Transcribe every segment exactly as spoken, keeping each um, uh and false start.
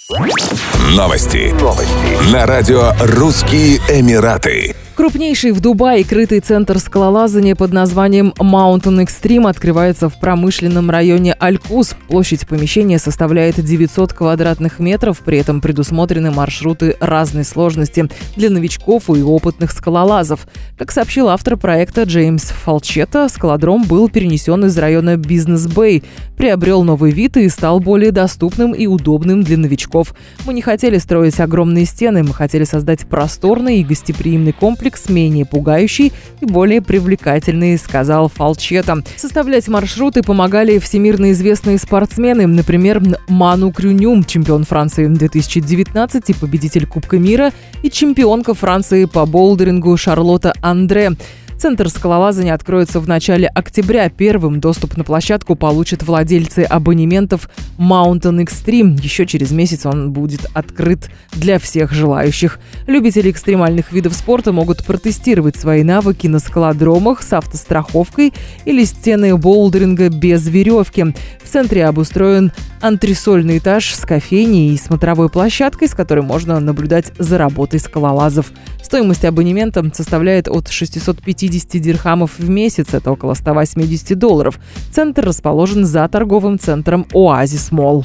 Новости. Новости. На радио «Русские Эмираты». Крупнейший в Дубае крытый центр скалолазания под названием Mountain Extreme открывается в промышленном районе Аль-Кус. Площадь помещения составляет девятьсот квадратных метров, при этом предусмотрены маршруты разной сложности для новичков и опытных скалолазов. Как сообщил автор проекта Джеймс Фалчетто, скалодром был перенесен из района Бизнес-Бэй, приобрел новый вид и стал более доступным и удобным для новичков. Мы не хотели строить огромные стены, мы хотели создать просторный и гостеприимный комплекс, менее пугающий и более привлекательный, сказал Фалчетто. Составлять маршруты помогали всемирно известные спортсмены, например, Ману Крюню, чемпион Франции две тысячи девятнадцать и победитель Кубка мира, и чемпионка Франции по боулдерингу Шарлотта Андре. Центр скалолазания откроется в начале октября. Первым доступ на площадку получат владельцы абонементов Mountain Extreme. Еще через месяц он будет открыт для всех желающих. Любители экстремальных видов спорта могут протестировать свои навыки на скалодромах с автостраховкой или стены боулдеринга без веревки. В центре обустроен антресольный этаж с кофейней и смотровой площадкой, с которой можно наблюдать за работой скалолазов. Стоимость абонемента составляет от шестисот пятидесяти дирхамов в месяц, это около ста восьмидесяти долларов. Центр расположен за торговым центром Оазис Молл.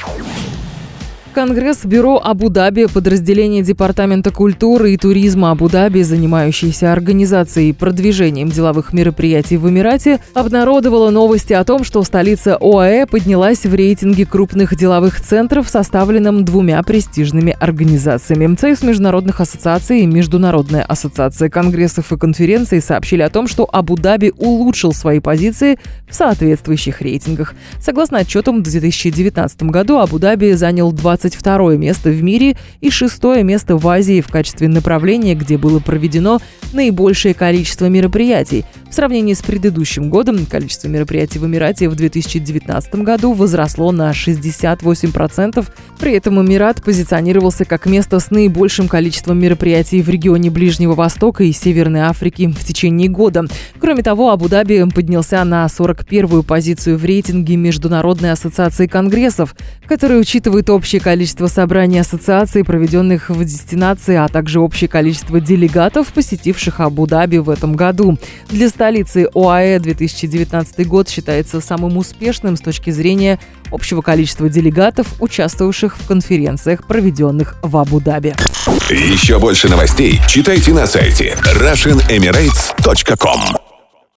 Конгресс Бюро Абу-Даби, подразделение Департамента культуры и туризма Абу-Даби, занимающееся организацией и продвижением деловых мероприятий в Эмирате, обнародовало новости о том, что столица ОАЭ поднялась в рейтинге крупных деловых центров, составленном двумя престижными организациями. Союз международных ассоциаций и Международная ассоциация конгрессов и конференций сообщили о том, что Абу-Даби улучшил свои позиции в соответствующих рейтингах. Согласно отчетам, в две тысячи девятнадцатом году Абу-Даби занял двадцать второе место в мире и шестое место в Азии в качестве направления, где было проведено наибольшее количество мероприятий. В сравнении с предыдущим годом количество мероприятий в Эмирате в две тысячи девятнадцатом году возросло на шестьдесят восемь процентов. При этом Эмират позиционировался как место с наибольшим количеством мероприятий в регионе Ближнего Востока и Северной Африки в течение года. Кроме того, Абу-Даби поднялся на сорок первую позицию в рейтинге Международной ассоциации конгрессов, который учитывает общее количество собраний ассоциаций, проведенных в дестинации, а также общее количество делегатов, посетивших Абу-Даби в этом году. Для столицы ОАЭ две тысячи девятнадцатый год считается самым успешным с точки зрения общего количества делегатов, участвовавших в конференциях, проведенных в Абу-Даби. Еще больше новостей читайте на сайте Russian Emirates точка ком.